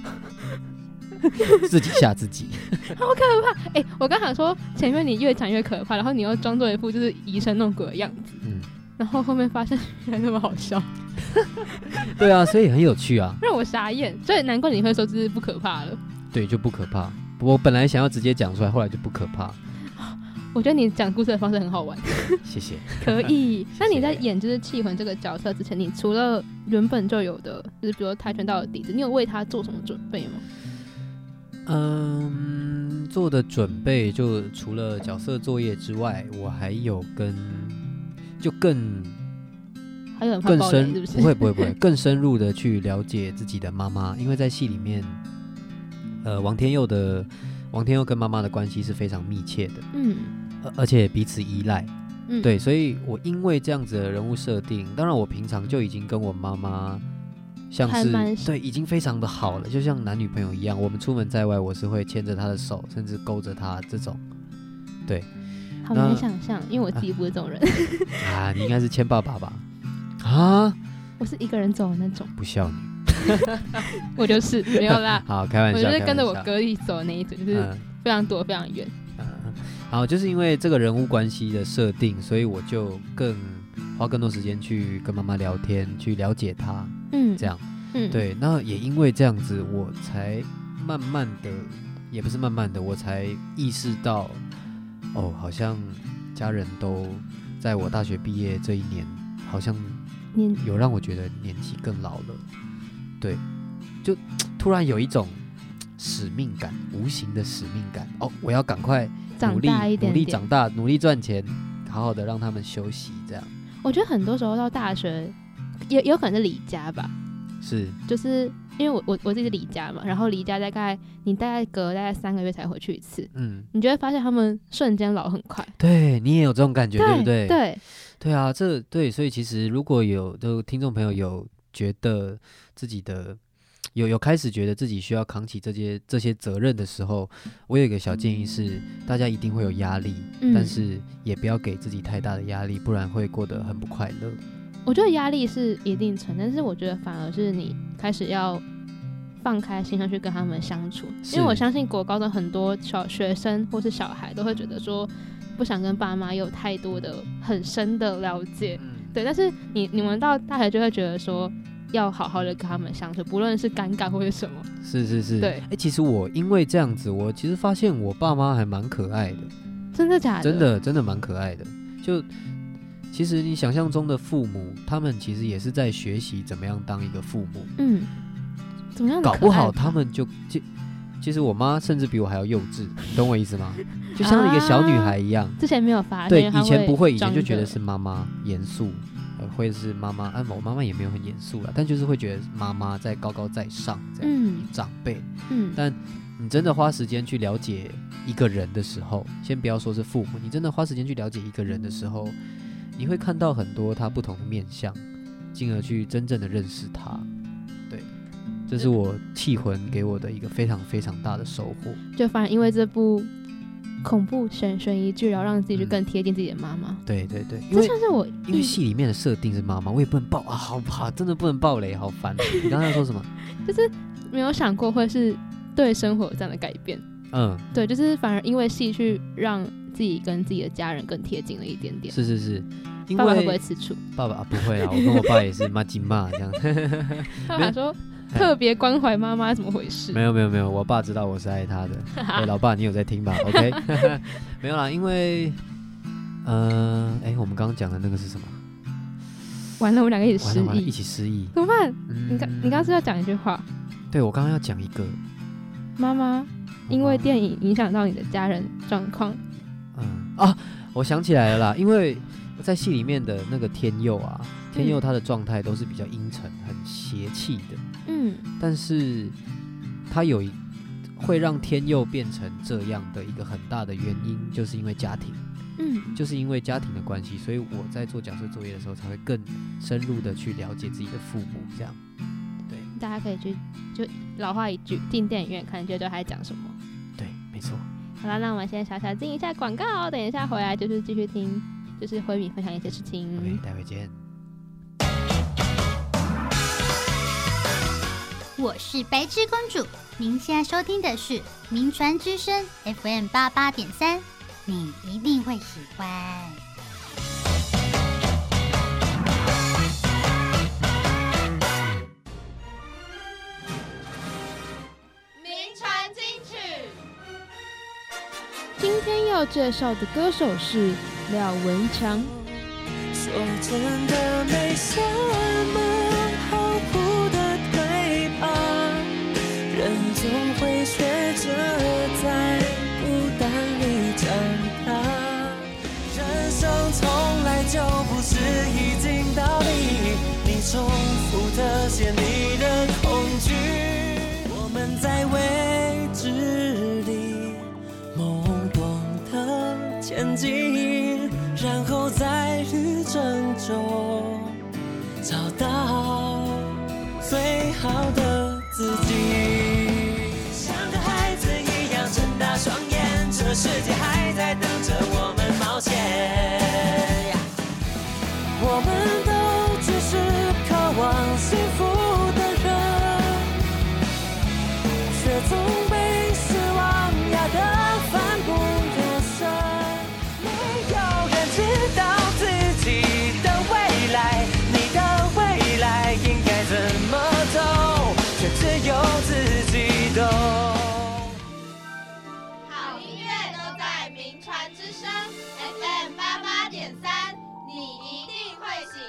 自己吓自己， 好可怕！哎、欸，我刚想说前面你越讲越可怕，然后你又装作一副就是疑神弄鬼的样子，嗯，然后后面发现原来那么好笑。 对啊，所以很有趣啊， 让我傻眼。所以难怪你会说这是不可怕了。 对，就不可怕。我本来想要直接讲出来，后来就不可怕。 我觉得你讲故事的方式很好玩。 谢谢。 可以。那你在演就是气魂这个角色之前，你除了原本就有的，就是比如跆拳道的底子，你有为他做什么准备吗？ 嗯，做的准备就除了角色作业之外，我还有跟就更还有更深， 是不是？ 不会不会不会，更深入的去了解自己的妈妈，因为在戏里面，呃，王天佑的王天佑跟妈妈的关系是非常密切的，嗯，而而且彼此依赖，嗯，对，所以我因为这样子的人物设定，当然我平常就已经跟我妈妈。像是对，已经非常的好了，就像男女朋友一样。我们出门在外，我是会牵着她的手，甚至勾着她这种。对， 好难想象，因为我自己不是这种人。 啊，你应该是牵爸爸吧？啊， 我是一个人走的那种， 不孝女。 我就是没有啦。 好，开玩笑， 我就是跟着我哥一起走的那一种，就是非常躲非常远。 嗯，好，就是因为这个人物关系的设定，所以我就更花更多时间去跟妈妈聊天，去了解她。嗯，这样，嗯，对，那也因为这样子，我才慢慢的，也不是慢慢的，我才意识到，哦，好像家人都在我大学毕业这一年，好像有让我觉得年纪更老了，对，就突然有一种使命感，无形的使命感，哦，我要赶快努力， 长大一点点， 努力长大，努力赚钱，好好的让他们休息，这样。 我觉得很多时候到大学。也有可能是离家吧， 是， 就是因为我我我自己是离家嘛，然后离家大概你大概隔大概三个月才回去一次，嗯，你就会发现他们瞬间老很快， 对你也有这种感觉， 对, 对不对？ 对， 对啊，这对，所以其实如果有的听众朋友有觉得自己的有有开始觉得自己需要扛起这些这些责任的时候，我有一个小建议是，大家一定会有压力，嗯，但是也不要给自己太大的压力，不然会过得很不快乐。 我觉得压力是一定存，但是我觉得反而是你开始要放开心上去跟他们相处，因为我相信国高中很多小学生或是小孩都会觉得说不想跟爸妈有太多的很深的了解，嗯，对，但是你你们到大学就会觉得说要好好的跟他们相处，不论是尴尬或是什么， 是是是， 对， 欸，其实我因为这样子，我其实发现我爸妈还蛮可爱的， 真的假的？ 真的真的蛮可爱的，就。其实你想象中的父母，他们其实也是在学习怎么样当一个父母。嗯， 怎么样？ 搞不好他们就就，其实我妈甚至比我还要幼稚，你懂我意思吗？就像一个小女孩一样。 之前没有发现， 对，以前不会，以前就觉得是妈妈严肃，呃，会是妈妈。啊，我妈妈也没有很严肃啦，但就是会觉得妈妈在高高在上，这样，嗯，长辈。嗯，但你真的花时间去了解一个人的时候，先不要说是父母，你真的花时间去了解一个人的时候。你会看到很多他不同的面向，进而去真正的认识他。对，这是我气魂给我的一个非常非常大的收获。 就反而因为这部恐怖悬悬疑剧，然后让自己去更贴近自己的妈妈。 嗯，对对对， 这算是我因为戏里面的设定是妈妈，我也不能爆啊，好怕，真的不能爆雷，好烦。你刚才要说什么？ 就是没有想过会是对生活有这样的改变。嗯，对，就是反而因为戏去让。自己跟自己的家人更贴近了一点点。 是是是， 因为爸爸会不会吃醋？ 爸爸、啊、不会啊，我跟我爸也是骂金骂这样。 爸爸说特别关怀妈妈，怎么回事？ 没有没有没有，我爸知道我是爱他的。哎、欸，老爸，你有在听吧 ？OK， 没有啦，因为呃，哎、欸，我们刚刚讲的那个是什么？ 完了，我们两个一起失忆， 一起失忆， 怎么办？ 嗯、 你刚你刚刚是要讲一句话？ 对，我刚刚要讲一个妈妈因为电影影响到你的家人状况。 嗯啊，我想起来了啦，因为在戏里面的那个天佑啊，天佑他的状态都是比较阴沉、很邪气的。嗯，但是他有一会让天佑变成这样的一个很大的原因，就是因为家庭。嗯，就是因为家庭的关系，所以我在做角色作业的时候，才会更深入的去了解自己的父母。这样，对， 大家可以去就老话一句，进电影院看就知道他在讲什么。 对，没错。 好了，那我们先小小进一下广告，等一下回来就是继续听，就是辉敏分享一些事情。 OK， 待会见。 我是白痴公主，您现在收听的是名传之声 F M 八八点三，你一定会喜欢。 名传金曲。 今天要介绍的歌手是廖文强。 说真的没什么好哭的对吧，人总会学着在孤单里长大，人生从来就不是一镜到底，你重复的写你的恐惧，我们在未知里懵懂的前进，然后在旅程中找到最好的自己，像个孩子一样睁大双眼，这世界还在等着我们冒险，我们都只是渴望幸福的人，却总被失望压得奋不顾身，没有人知道自己的未来，你的未来应该怎么走，却只有自己懂。 好音乐都在名传之声 F M 八八点三，你一定会喜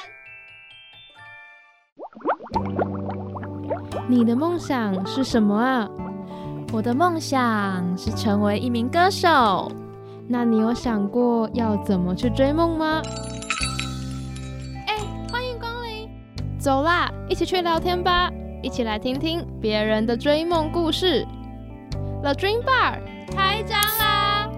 欢。 你的梦想是什么啊？ 我的梦想是成为一名歌手。 那你有想过要怎么去追梦吗？哎、欸，欢迎光临！走啦，一起去聊天吧，一起来听听别人的追梦故事。The Dream Bar 开张啦！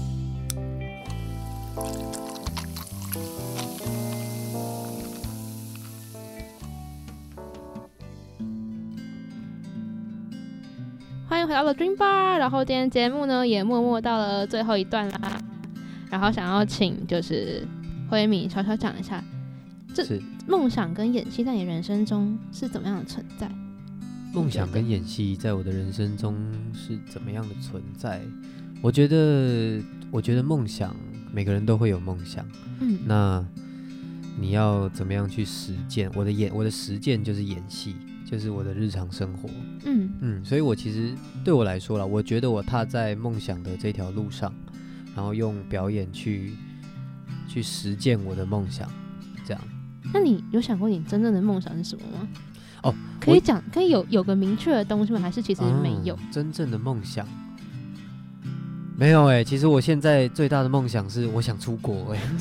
欢迎回到了 Dream Bar， 然后今天节目呢也默默到了最后一段啦，然后想要请就是辉敏悄悄讲一下，这梦想跟演戏在你人生中是怎么样的存在？ 梦想跟演戏在我的人生中是怎么样的存在？我觉得，我觉得梦想每个人都会有梦想，嗯，那你要怎么样去实践？我的演，我的实践就是演戏。就是我的日常生活，嗯嗯，所以我其实对我来说啦，我觉得我踏在梦想的这条路上，然后用表演去去实践我的梦想，这样。 那你有想过你真正的梦想是什么吗？ 哦， 可以讲，可以有有个明确的东西吗？还是其实没有？ 嗯、真正的梦想没有哎、欸，其实我现在最大的梦想是我想出国哎、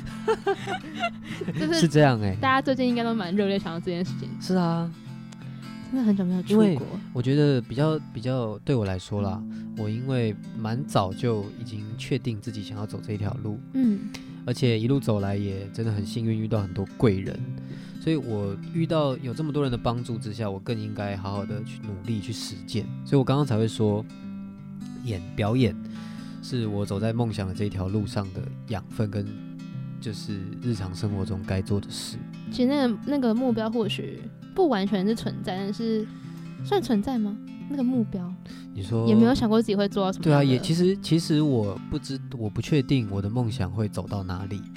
欸，是这样哎、欸。 大家最近应该都蛮热烈想到这件事情。 是啊。 真的很久没有出国， 我觉得比较比较对我来说啦，我因为蛮早就已经确定自己想要走这一条路，嗯，而且一路走来也真的很幸运遇到很多贵人，所以我遇到有这么多人的帮助之下，我更应该好好的去努力去实践，所以我刚刚才会说，演表演是我走在梦想的这一条路上的养分跟就是日常生活中该做的事。 其实那个那个目标或许不完全是存在，但是算存在吗？那个目标， 你说也没有想过自己会做到什么？ 对啊，也其实其实我不知我不确定我的梦想会走到哪里，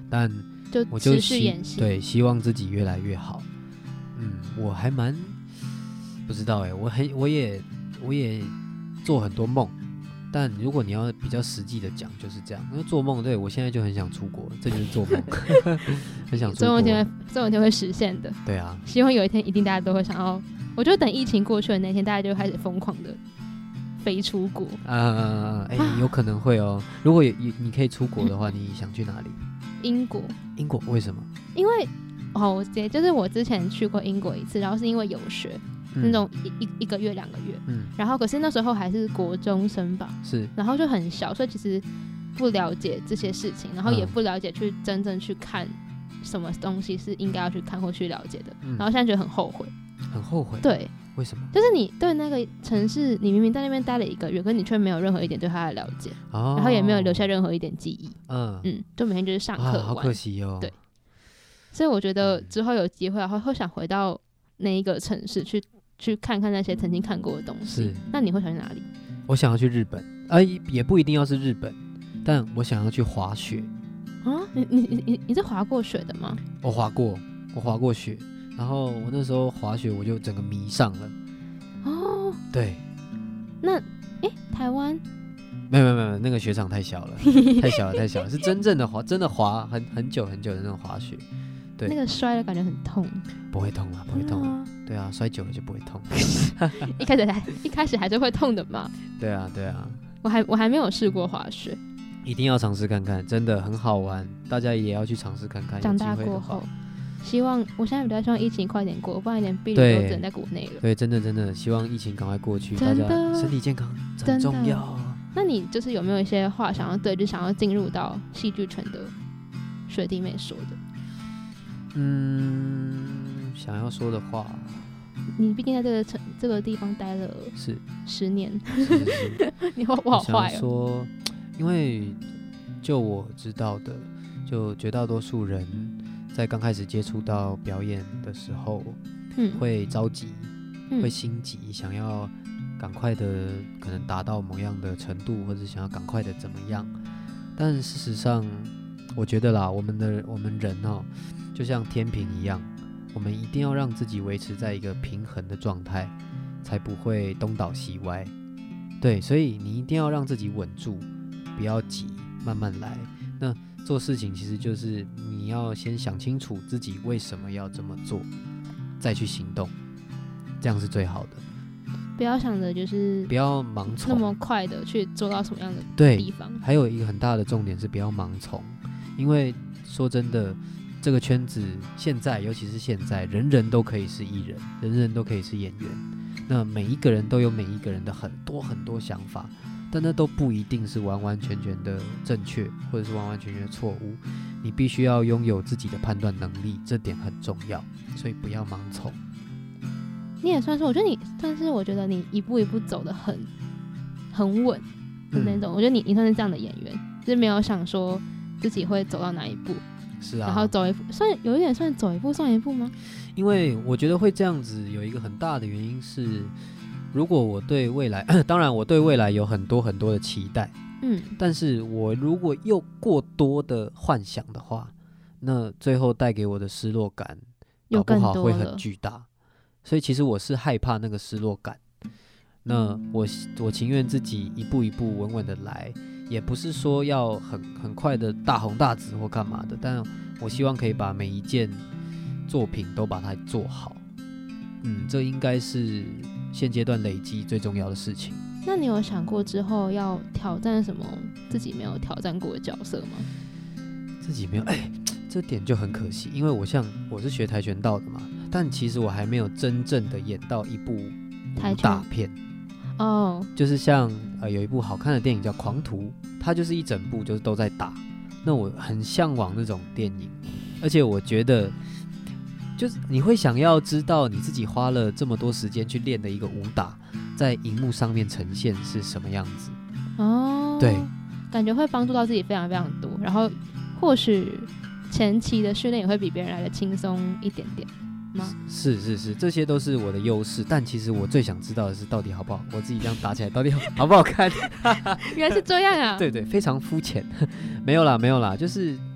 但就我就持续希演戏。 对，希望自己越来越好。嗯，我还蛮不知道哎、欸，我很我也我也做很多梦，但如果你要比较实际的讲，就是这样。因为做梦，对我现在就很想出国，这就是做梦，很想出国。 总有一天，总有一天会实现的。 对啊， 希望有一天一定大家都会想要。我觉得等疫情过去的那天，大家就会开始疯狂的飞出国。 呃，哎、欸，有可能会哦。如果有你可以出国的话，你想去哪里？ 英国。 英国为什么？ 因为哦，我姐就是我之前去过英国一次，然后是因为游学，嗯、那种一一一个月两个月，嗯，然后可是那时候还是国中生吧， 是， 然后就很小，所以其实不了解这些事情，然后也不了解去真正去看什么东西是应该要去看或去了解的，嗯、然后现在觉得很后悔， 很后悔， 对， 为什么？ 就是你对那个城市，你明明在那边待了一个月，可是你却没有任何一点对它的了解，哦、然后也没有留下任何一点记忆，嗯嗯，就每天就是上课玩， 好可惜哦， 对。所以我觉得之后有机会的话，会想回到那一个城市去去看看那些曾经看过的东西。 是， 那你会想去哪里？ 我想要去日本，呃，也不一定要是日本，但我想要去滑雪。 啊，你你你你是滑过雪的吗？ 我滑过，我滑过雪，然后我那时候滑雪，我就整个迷上了。哦，对。 那，哎，台湾？ 没有没有没有，那个雪场太小了，太小了太小了，是真正的滑，真的滑很很久很久的那种滑雪。对， 那个摔了感觉很痛。 不会痛啊，不会痛啊。对啊，摔久了就不会痛。 一开始还一开始还是会痛的嘛。 对啊，对啊。 我还我还没有试过滑雪， 一定要尝试看看，真的很好玩，大家也要去尝试看看。 长大过后，希望我现在比较希望疫情快点过，不然连避旅都只能在国内了。 对，真的真的希望疫情赶快过去，大家身体健康很重要。 那你就是有没有一些话想要对，就想要进入到戏剧圈的学弟妹说的？ 嗯，想要说的话， 你毕竟在这个城这个地方待了是十年， 是是是你我好坏哦。 说，因为就我知道的，就绝大多数人在刚开始接触到表演的时候，嗯，会着急，嗯、会心急，想要赶快的可能达到某样的程度，或者想要赶快的怎么样。但事实上，我觉得啦，我们的我们人哦。就像天平一样，我们一定要让自己维持在一个平衡的状态，才不会东倒西歪。对，所以你一定要让自己稳住，不要急，慢慢来。那做事情其实就是你要先想清楚自己为什么要这么做，再去行动，这样是最好的。 不要想着就是不要盲从， 那么快的去做到什么样的地方。 对，还有一个很大的重点是不要盲从，因为说真的。这个圈子现在，尤其是现在，人人都可以是艺人，人人都可以是演员。那每一个人都有每一个人的很多很多想法，但那都不一定是完完全全的正确，或者是完完全全的错误。你必须要拥有自己的判断能力，这点很重要，所以不要盲从。 你也算是，我觉得你，但是我觉得你一步一步走得很很稳的那种。嗯、我觉得你你算是这样的演员，就是没有想说自己会走到哪一步。 是啊， 然后走一步，算有一点算走一步算一步吗？ 因为我觉得会这样子，有一个很大的原因是，如果我对未来，当然我对未来有很多很多的期待，嗯，但是我如果又过多的幻想的话，那最后带给我的失落感，搞不好会很巨大。所以其实我是害怕那个失落感。那我我情愿自己一步一步稳稳的来。也不是说要很很快的大红大紫或干嘛的，但我希望可以把每一件作品都把它做好。嗯，这应该是现阶段累积最重要的事情。 那你有想过之后要挑战什么自己没有挑战过的角色吗？ 自己没有，哎，这点就很可惜，因为我像我是学跆拳道的嘛，但其实我还没有真正的演到一部武打片。 哦， oh. 就是像呃有一部好看的电影叫《狂徒》，它就是一整部就是都在打，那我很向往那种电影，而且我觉得就是你会想要知道你自己花了这么多时间去练的一个武打，在荧幕上面呈现是什么样子。哦， oh, 对， 感觉会帮助到自己非常非常多，然后或许前期的训练也会比别人来的轻松一点点。 是是是，这些都是我的优势，但其实我最想知道的是到底好不好，我自己这样打起来到底好不好看。 原来是这样啊。 对对，非常肤浅。没有啦没有啦，就是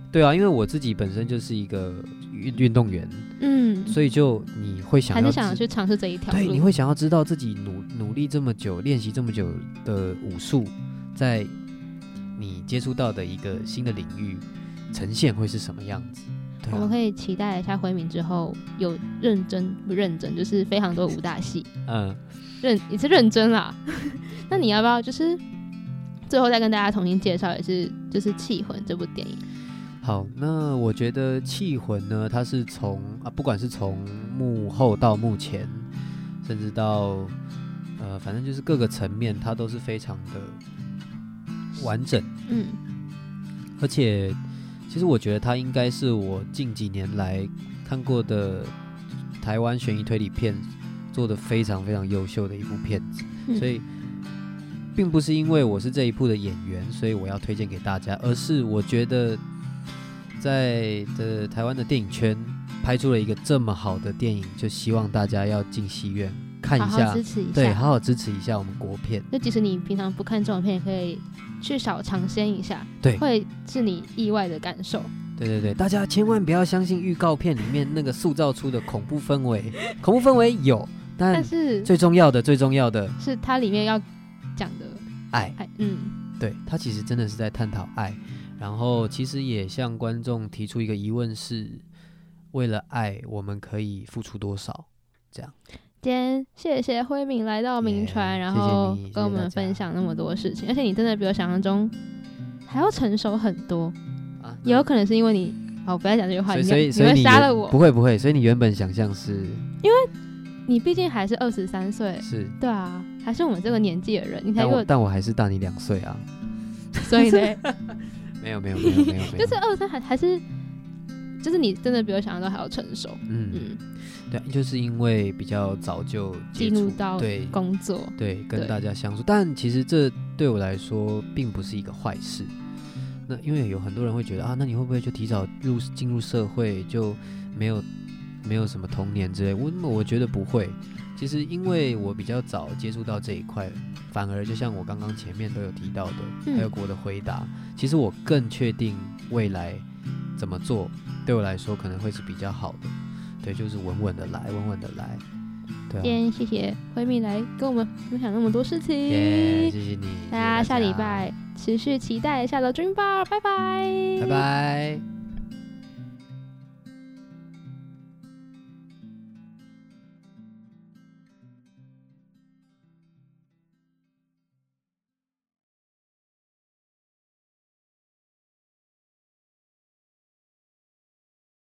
对啊，因为我自己本身就是一个运运动员， 嗯， 所以就你会想要还是想要去尝试这一条路， 对，你会想要知道自己努努力这么久，练习这么久的武术，在你接触到的一个新的领域呈现会是什么样子。对啊、 我们可以期待一下辉敏之后有认真不认真，就是非常多武大戏， 嗯， 认也是认真啦。那你要不要就是最后再跟大家重新介绍，也是就是《气魂》这部电影？ 好，那我觉得《气魂》呢，它是从啊，不管是从幕后到幕前，甚至到呃，反正就是各个层面，它都是非常的完整。 嗯， 而且其实我觉得它应该是我近几年来看过的台湾悬疑推理片做的非常非常优秀的一部片子， 嗯、 所以并不是因为我是这一部的演员，所以我要推荐给大家，而是我觉得在的台湾的电影圈拍出了一个这么好的电影，就希望大家要进戏院看一下， 好好支持一下， 对，好好支持一下我们国片。 就即使你平常不看这种片，也可以去少尝鲜一下， 对， 会是你意外的感受。 对对对，大家千万不要相信预告片里面那个塑造出的恐怖氛围，恐怖氛围有，但但是最重要的最重要的是它里面要讲的爱， 爱，嗯， 对，它其实真的是在探讨爱，然后其实也向观众提出一个疑问是，为了爱我们可以付出多少？这样。 今天谢谢辉敏来到名传， yeah, 然后跟我们分享那么多事情，而且你真的比我想象中还要成熟很多，啊、也有可能是因为你，哦，不要讲这句话， 所以所以你会杀了我， 不会不会，所以你原本想象是， 因为你毕竟还是二十三岁， 是， 对啊，还是我们这个年纪的人，你才但我但我还是大你两岁啊， 所以呢， 没有没有没有没有， 就是二三还还是，就是你真的比我想象中还要成熟， 嗯嗯。对，就是因为比较早就进入到工作， 对，对，跟大家相处，但其实这对我来说并不是一个坏事。那因为有很多人会觉得啊，那你会不会就提早入进入社会，就没有没有什么童年之类？我我觉得不会。其实因为我比较早接触到这一块，反而就像我刚刚前面都有提到的， 嗯、 还有我的回答，其实我更确定未来怎么做，对我来说可能会是比较好的。对，就是稳稳的来，稳稳的来。对啊。 今天谢谢辉敏来跟我们分享那么多事情。 耶、yeah, 谢谢你。 大家下礼拜持续期待一下的 Dream Bar， 拜拜。 拜拜。